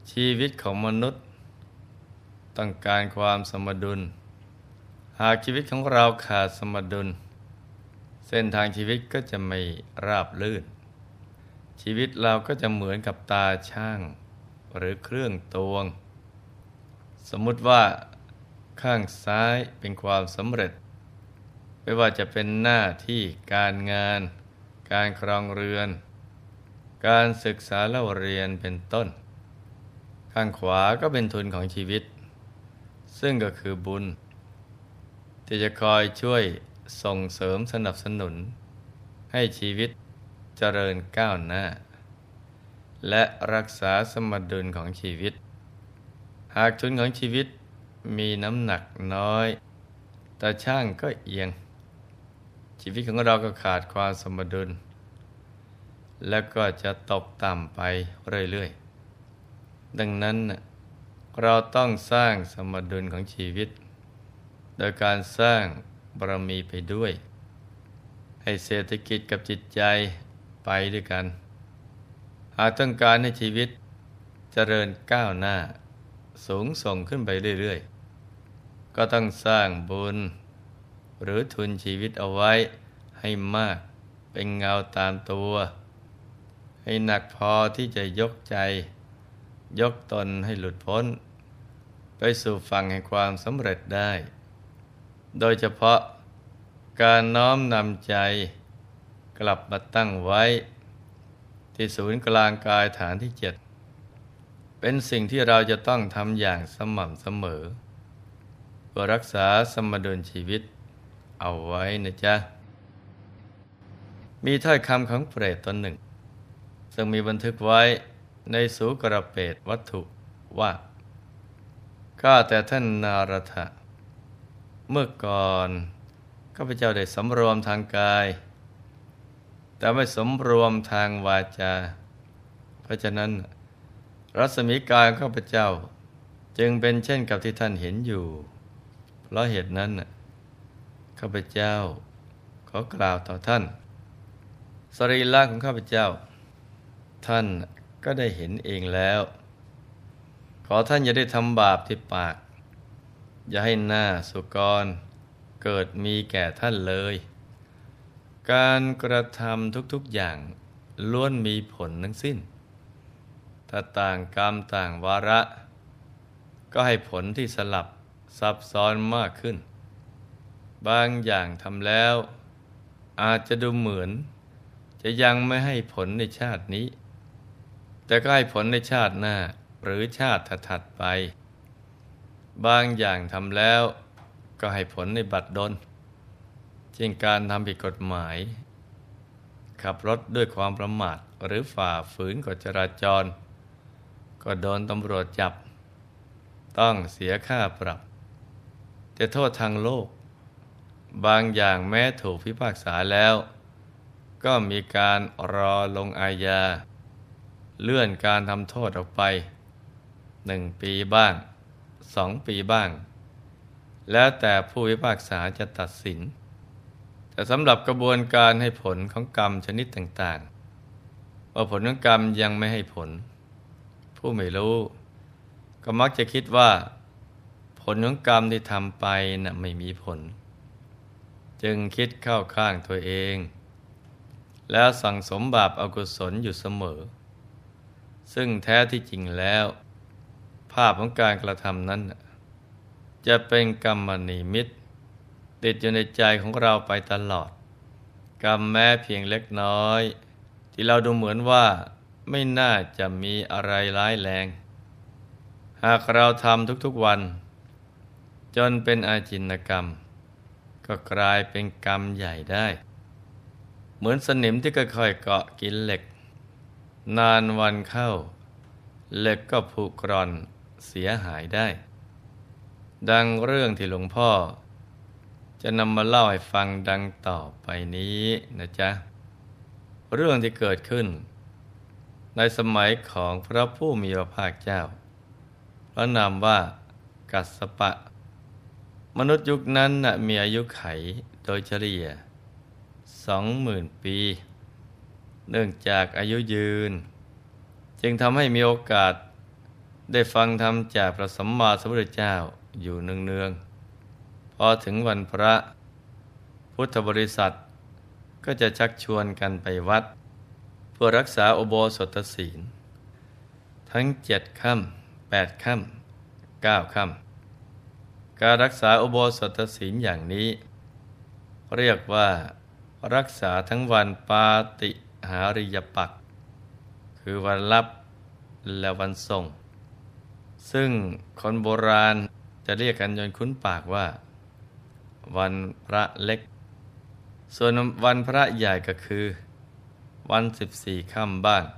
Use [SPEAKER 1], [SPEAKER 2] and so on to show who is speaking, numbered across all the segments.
[SPEAKER 1] ชีวิตของมนุษย์ต้องการความสมดุลหากชีวิตของเราขาดสมดุลเส้นทางชีวิตก็จะไม่ราบรื่นชีวิตเราก็จะเหมือนกับตาช่างหรือเครื่องตวงสมมุติว่าข้างซ้ายเป็นความสำเร็จไม่ว่าจะเป็นหน้าที่การงานการครองเรือนการศึกษาเล่าเรียนเป็นต้นข้างขวาก็เป็นทุนของชีวิตซึ่งก็คือบุญที่จะคอยช่วยส่งเสริมสนับสนุนให้ชีวิตเจริญก้าวหน้าและรักษาสมดุลของชีวิตหากทุนของชีวิตมีน้ำหนักน้อยตาช่างก็เอียงชีวิตของเราก็ขาดความสมดุลและก็จะตกต่ำไปเรื่อยๆดังนั้นเราต้องสร้างสมดุลของชีวิตโดยการสร้างบารมีไปด้วยให้เศรษฐกิจกับจิตใจไปด้วยกันหากต้องการให้ชีวิตเจริญก้าวหน้าสูงส่งขึ้นไปเรื่อยๆก็ต้องสร้างบุญหรือทุนชีวิตเอาไว้ให้มากเป็นเงาตามตัวให้หนักพอที่จะยกใจยกตนให้หลุดพ้นไปสู่ฝั่งแห่งความสำเร็จได้โดยเฉพาะการน้อมนำใจกลับมาตั้งไว้ที่ศูนย์กลางกายฐานที่7เป็นสิ่งที่เราจะต้องทำอย่างสม่ำเสมอเพื่อรักษาสมดุลชีวิตเอาไว้นะจ๊ะมีถ้อยคำของเปรตตนหนึ่งซึ่งมีบันทึกไว้ในสูกรเปตวัตถุว่าข้าแต่ท่านนารถะเมื่อก่อนข้าพเจ้าได้สำรวมทางกายแต่ไม่สำรวมทางวาจาเพราะฉะนั้นรัศมีกายของข้าพเจ้าจึงเป็นเช่นกับที่ท่านเห็นอยู่เพราะเหตุนั้นข้าพเจ้าขอกล่าวต่อท่านสรีระของข้าพเจ้าท่านก็ได้เห็นเองแล้วขอท่านอย่าได้ทำบาปที่ปากอย่าให้หน้าสุกรเกิดมีแก่ท่านเลยการกระทำทุกๆอย่างล้วนมีผลทั้งสิ้นถ้าต่างกรรมต่างวาระก็ให้ผลที่สลับซับซ้อนมากขึ้นบางอย่างทำแล้วอาจจะดูเหมือนจะยังไม่ให้ผลในชาตินี้แต่ก็ให้ผลในชาติหน้าหรือชาติถัดไปบางอย่างทำแล้วก็ให้ผลในบัดดลเช่นการทำผิดกฎหมายขับรถด้วยความประมาทหรือฝ่าฝืนกฎจราจรก็โดนตำรวจจับต้องเสียค่าปรับแต่โทษทางโลกบางอย่างแม้ถูกพิพากษาแล้วก็มีการรอลงอาญาเลื่อนการทำโทษออกไป1 ปีบ้าง2 ปีบ้างแล้วแต่ผู้พิพากษาจะตัดสินแต่สำหรับกระบวนการให้ผลของกรรมชนิดต่างๆว่าผลของกรรมยังไม่ให้ผลผู้ไม่รู้ก็มักจะคิดว่าผลของกรรมที่ทำไปน่ะไม่มีผลจึงคิดเข้าข้างตัวเองแล้วสั่งสมบาปอกุศลอยู่เสมอซึ่งแท้ที่จริงแล้วภาพของการกระทำนั้นจะเป็นกรรมนิมิตติดอยู่ในใจของเราไปตลอดกรรมแม้เพียงเล็กน้อยที่เราดูเหมือนว่าไม่น่าจะมีอะไรร้ายแรงหากเราทำทุกๆวันจนเป็นอาจินกรรมก็กลายเป็นกรรมใหญ่ได้เหมือนสนิมที่ค่อยๆเกาะกินเหล็กนานวันเข้าเหล็กก็ผุกร่อนเสียหายได้ดังเรื่องที่หลวงพ่อจะนำมาเล่าให้ฟังดังต่อไปนี้นะจ๊ะเรื่องที่เกิดขึ้นในสมัยของพระผู้มีพระภาคเจ้าพระนามว่ากัสสปะมนุษย์ยุคนั้นมีอายุไขโดยเฉลี่ย20,000 ปีเนื่องจากอายุยืนจึงทำให้มีโอกาสได้ฟังธรรมจากพระสัมมาสัมพุทธเจ้าอยู่เนืองๆพอถึงวันพระพุทธบริษัทก็จะชักชวนกันไปวัดเพื่อรักษาอุโบสถศีลทั้ง7 ค่ำ 8 ค่ำ 9 ค่ำการรักษาอุโบสถศีลอย่างนี้เรียกว่ารักษาทั้งวันปาติหาริยปักษ์คือวันรับและวันส่งซึ่งคนโบราณจะเรียกกันจนคุ้นปากว่าวันพระเล็กส่วนวันพระใหญ่ก็คือวัน14 ค่ำบ้าง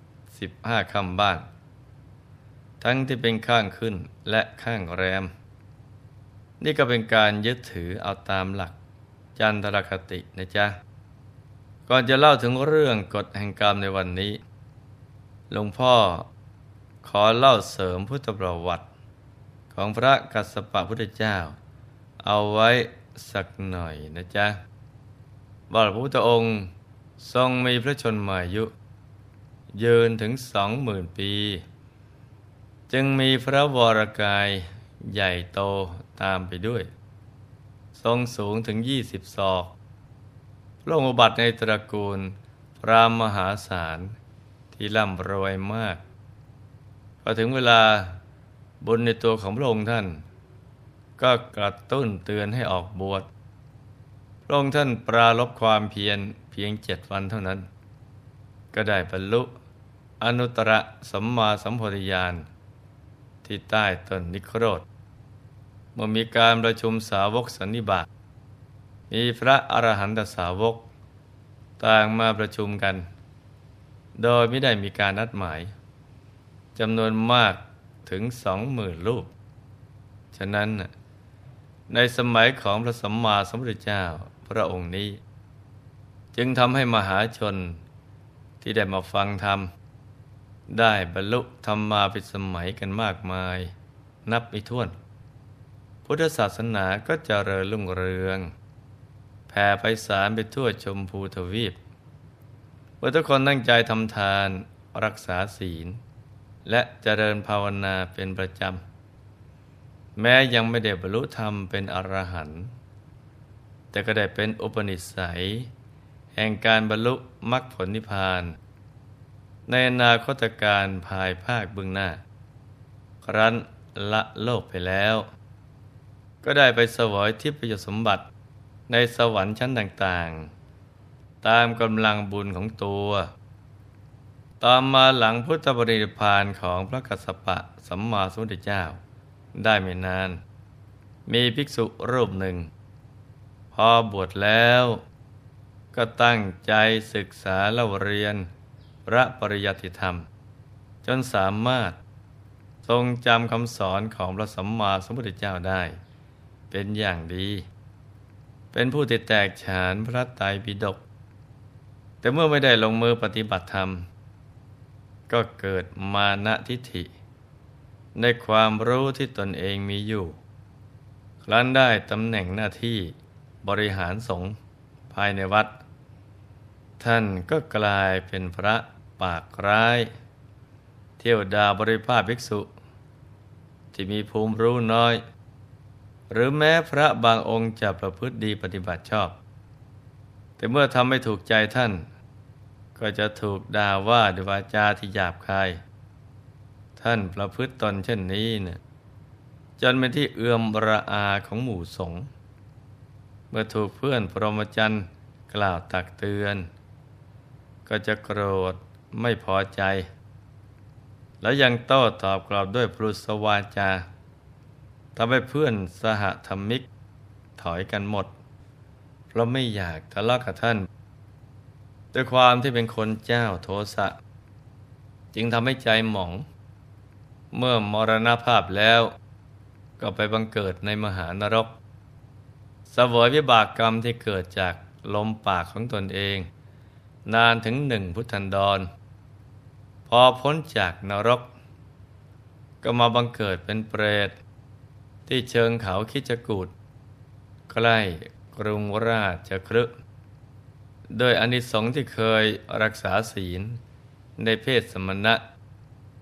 [SPEAKER 1] 15 ค่ำบ้างทั้งที่เป็นข้างขึ้นและข้างแรมนี่ก็เป็นการยึดถือเอาตามหลักจันทรคตินะจ๊ะก่อนจะเล่าถึงเรื่องกฎแห่งกรรมในวันนี้หลวงพ่อขอเล่าเสริมพุทธประวัติของพระกัสสปะพุทธเจ้าเอาไว้สักหน่อยนะจ๊ะว่าพระพุทธองค์ทรงมีพระชนมายุยืนถึง 20,000 ปีจึงมีพระวรกายใหญ่โตตามไปด้วยทรงสูงถึง20 ศอกพระองค์อุบัติในตระกูลพราหมณ์มหาศาลที่ร่ำรวยมากพอถึงเวลาบุญในตัวของพระองค์ท่านก็กระตุ้นเตือนให้ออกบวชพระองค์ท่านปราลบความเพียรเพียง7 วันเท่านั้นก็ได้บรรลุอนุตตรสัมมาสัมโพธิญาณที่ใต้ต้นนิโครธเมื่อมีการประชุมสาวกสันนิบาตมีพระอรหันตสาวกต่างมาประชุมกันโดยไม่ได้มีการนัดหมายจำนวนมากถึง 20,000 รูปฉะนั้นในสมัยของพระสัมมาสัมพุทธเจ้าพระองค์นี้จึงทำให้มหาชนที่ได้มาฟังธรรมได้บรรลุธรรมาภิสมัยกันมากมายนับไม่ถ้วนพุทธศาสนาก็เจริญรุ่งเรืองแผ่ไพศาลไปทั่วชมพูทวีปเมื่อทุกคนตั้งใจทำทานรักษาศีลและเจริญภาวนาเป็นประจำแม้ยังไม่ได้บรรลุธรรมเป็นอรหันต์แต่ก็ได้เป็นอุปนิสัยแห่งการบรรลุมรรคผลนิพพานในอนาคตการภายภาคเบื้องหน้าครั้นละโลกไปแล้วก็ได้ไปเสวยทิพยสมบัติในสวรรค์ชั้นต่างๆตามกำลังบุญของตัวต่อมาหลังพุทธปรินิพพานของพระกัสสปะสัมมาสัมพุทธเจ้าได้ไม่นานมีภิกษุรูปหนึ่งพอบวชแล้วก็ตั้งใจศึกษาเล่าเรียนพระปริยัติธรรมจนสามารถทรงจำคำสอนของพระสัมมาสัมพุทธเจ้าได้เป็นอย่างดีเป็นผู้ที่แตกฉานพระไตรปิฎกแต่เมื่อไม่ได้ลงมือปฏิบัติธรรมก็เกิดมานะทิฏฐิในความรู้ที่ตนเองมีอยู่ครั้นได้ตำแหน่งหน้าที่บริหารสงฆ์ภายในวัดท่านก็กลายเป็นพระปากร้ายเที่ยวด่าบริพาทภิกษุที่มีภูมิรู้น้อยหรือแม้พระบางองค์จะประพฤติดีปฏิบัติชอบแต่เมื่อทำไม่ถูกใจท่านก็จะถูกด่าว่าด้วยวาจาที่หยาบคายท่านประพฤติตนเช่นนี้เนี่ยจนเป็นที่เอื้อมระอาของหมู่สงฆ์เมื่อถูกเพื่อนพรหมจรรย์กล่าวตักเตือนก็จะโกรธไม่พอใจแล้วยังโต้ตอบกลับด้วยปรุสวาจาทำให้เพื่อนสหธรรมิกถอยกันหมดเพราะไม่อยากทะเลาะกับท่านด้วยความที่เป็นคนเจ้าโทสะจึงทำให้ใจหมองเมื่อมรณภาพแล้วก็ไปบังเกิดในมหานรกเสวยวิบากกรรมที่เกิดจากลมปากของตนเองนานถึง1 พุทธันดรพอพ้นจากนรกก็มาบังเกิดเป็นเปรตที่เชิงเขาคิจกูฏใกล้กรุงราชคฤห์โดยอานิสงส์ที่เคยรักษาศีลในเพศสมณะท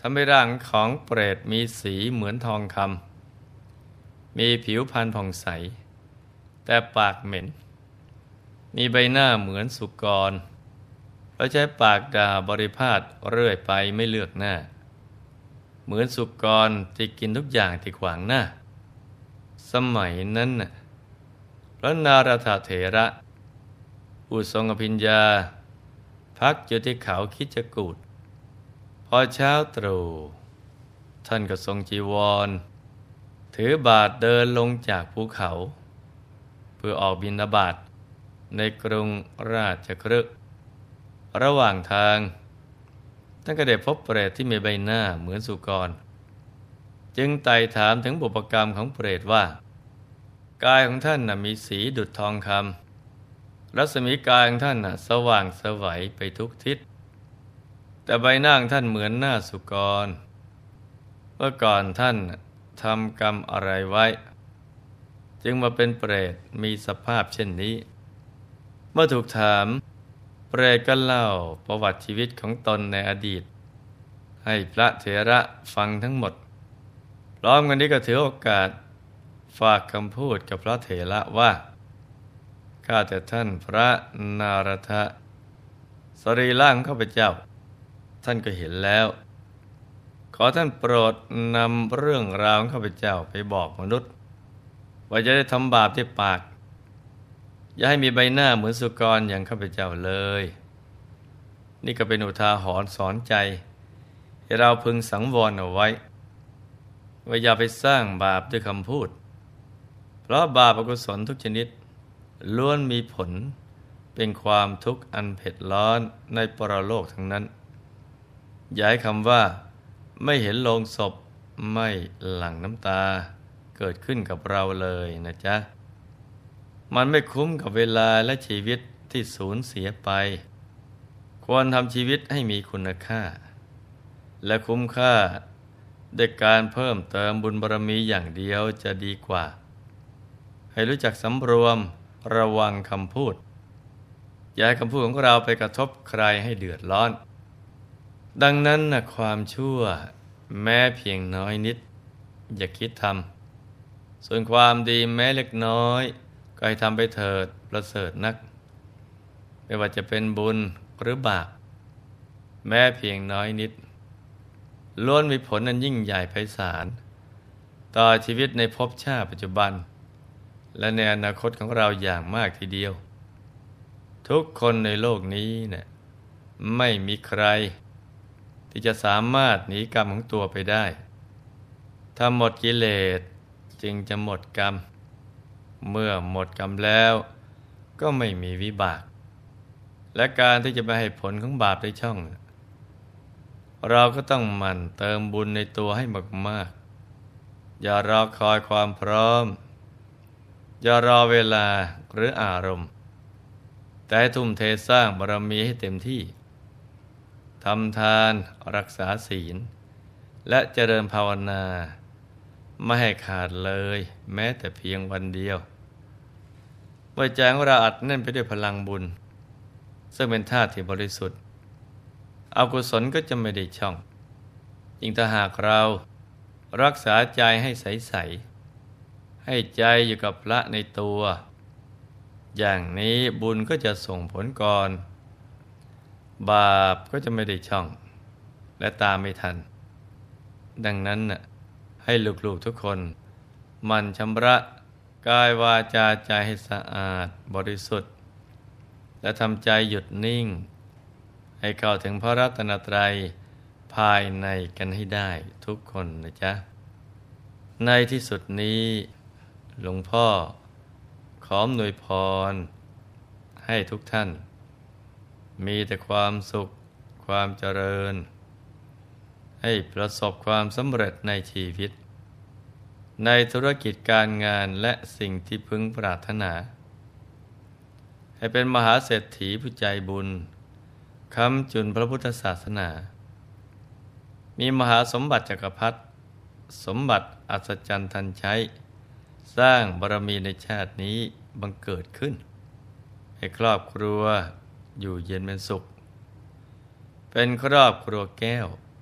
[SPEAKER 1] ำให้ร่างของเปรตมีสีเหมือนทองคำมีผิวพรรณผ่องใสแต่ปากเหม็นมีใบหน้าเหมือนสุกรแล้วใช้ปากด่าบริพาทเรื่อยไปไม่เลือกหน้าเหมือนสุกรที่กินทุกอย่างที่ขวางหน้าสมัยนั้นน่ะพระนารถเถระผู้ทรงอภิญญาพักอยู่ที่เขาคิชกูฏพอเช้าตรู่ท่านก็ทรงจีวรถือบาทเดินลงจากภูเขาเพื่อออกบิณฑบาตในกรุงราชคฤห์ระหว่างทางท่านก็ได้พบเปรตที่มีใบหน้าเหมือนสุกรจึงไต่ถามถึงบุพกรรมของเปรตว่ากายของท่านมีสีดุจทองคำรัศมีกายของท่านสว่างไสวไปทุกทิศแต่ใบหน้าของท่านเหมือนหน้าสุกรเมื่อก่อนท่านทำกรรมอะไรไว้จึงมาเป็นเปรตมีสภาพเช่นนี้เมื่อถูกถามเปรตก็เล่าประวัติชีวิตของตนในอดีตให้พระเถระฟังทั้งหมดพร้อมกันนี้ก็ถือโอกาสฝากคำพูดกับพระเถระว่าข้าแต่ท่านพระนารถะสรีระของข้าพเจ้าท่านก็เห็นแล้วขอท่านโปรดนำเรื่องราวของข้าพเจ้าไปบอกมนุษย์ว่าจะได้ทำบาปที่ปากอย่าให้มีใบหน้าเหมือนสุกรอย่างข้าพเจ้าเลยนี่ก็เป็นอุทาหรณ์สอนใจให้เราพึงสังวรเอาไว้ว่าอย่าไปสร้างบาปด้วยคำพูดเพราะบาปอกุศลทุกชนิดล้วนมีผลเป็นความทุกข์อันเผ็ดร้อนในปรโลกทั้งนั้นอย่าให้คำว่าไม่เห็นโลงศพไม่หลั่งน้ำตาเกิดขึ้นกับเราเลยนะจ๊ะมันไม่คุ้มกับเวลาและชีวิตที่สูญเสียไปควรทำชีวิตให้มีคุณค่าและคุ้มค่าด้วยการเพิ่มเติมบุญบารมีอย่างเดียวจะดีกว่าให้รู้จักสำรวมระวังคำพูดอย่าให้คำพูดของเราไปกระทบใครให้เดือดร้อนดังนั้นความชั่วแม้เพียงน้อยนิดอย่าคิดทำส่วนความดีแม้เล็กน้อยก็ให้ทำไปเถิดประเสริฐนักไม่ว่าจะเป็นบุญหรือบาปแม้เพียงน้อยนิดล้วนมีผลอันยิ่งใหญ่ไพศาลต่อชีวิตในภพชาติปัจจุบันและในอนาคตของเราอย่างมากทีเดียวทุกคนในโลกนี้เนี่ยไม่มีใครที่จะสามารถหนีกรรมของตัวไปได้ถ้าหมดกิเลสจึงจะหมดกรรมเมื่อหมดกรรมแล้วก็ไม่มีวิบากและการที่จะไปให้ผลของบาปได้ช่องเราก็ต้องหมั่นเติมบุญในตัวให้มากๆอย่ารอคอยความพร้อมอย่ารอเวลาหรืออารมณ์แต่ให้ทุ่มเทสร้างบารมีให้เต็มที่ทำทานรักษาศีลและเจริญภาวนาไม่ให้ขาดเลยแม้แต่เพียงวันเดียวเมื่อใจของเราอัดแน่นไปด้วยพลังบุญซึ่งเป็นธาตุที่บริสุทธิ์อกุศลก็จะไม่ได้ช่องยิ่งถ้าหากเรารักษาใจให้ใสๆให้ใจอยู่กับพระในตัวอย่างนี้บุญก็จะส่งผลก่อนบาปก็จะไม่ได้ช่องและตามไม่ทันดังนั้นให้ลูกๆทุกคนหมั่นชำระกายวาจาใจให้สะอาดบริสุทธิ์และทำใจหยุดนิ่งให้เข้าถึงพระรัตนตรัยภายในกันให้ได้ทุกคนนะจ๊ะในที่สุดนี้หลวงพ่อขออำนวยพรให้ทุกท่านมีแต่ความสุขความเจริญให้ประสบความสำเร็จในชีวิตในธุรกิจการงานและสิ่งที่พึงปรารถนาให้เป็นมหาเศรษฐีผู้ใจบุญค้ำจุนพระพุทธศาสนามีมหาสมบัติจักรพรรดิสมบัติอัศจรรย์ทันใช้สร้างบารมีในชาตินี้บังเกิดขึ้นให้ครอบครัวอยู่เย็นเป็นสุขเป็นครอบครัวแก้ว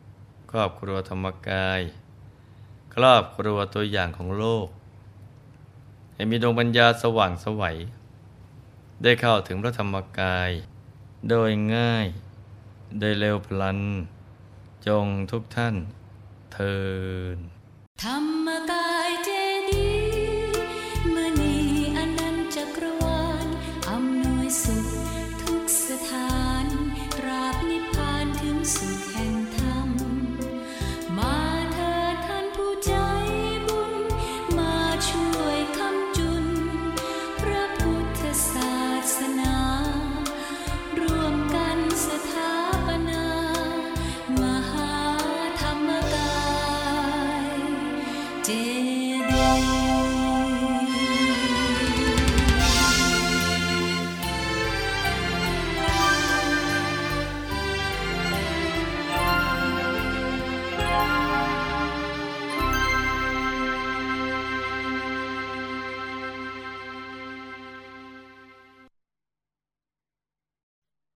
[SPEAKER 1] ครอบครัวธรรมกายครอบครัวตัวอย่างของโลกให้มีดวงปัญญาสว่างไสวได้เข้าถึงพระธรรมกายโดยง่ายโดยเร็วพลันจงทุกท่านเทอญ
[SPEAKER 2] ธรรมกาย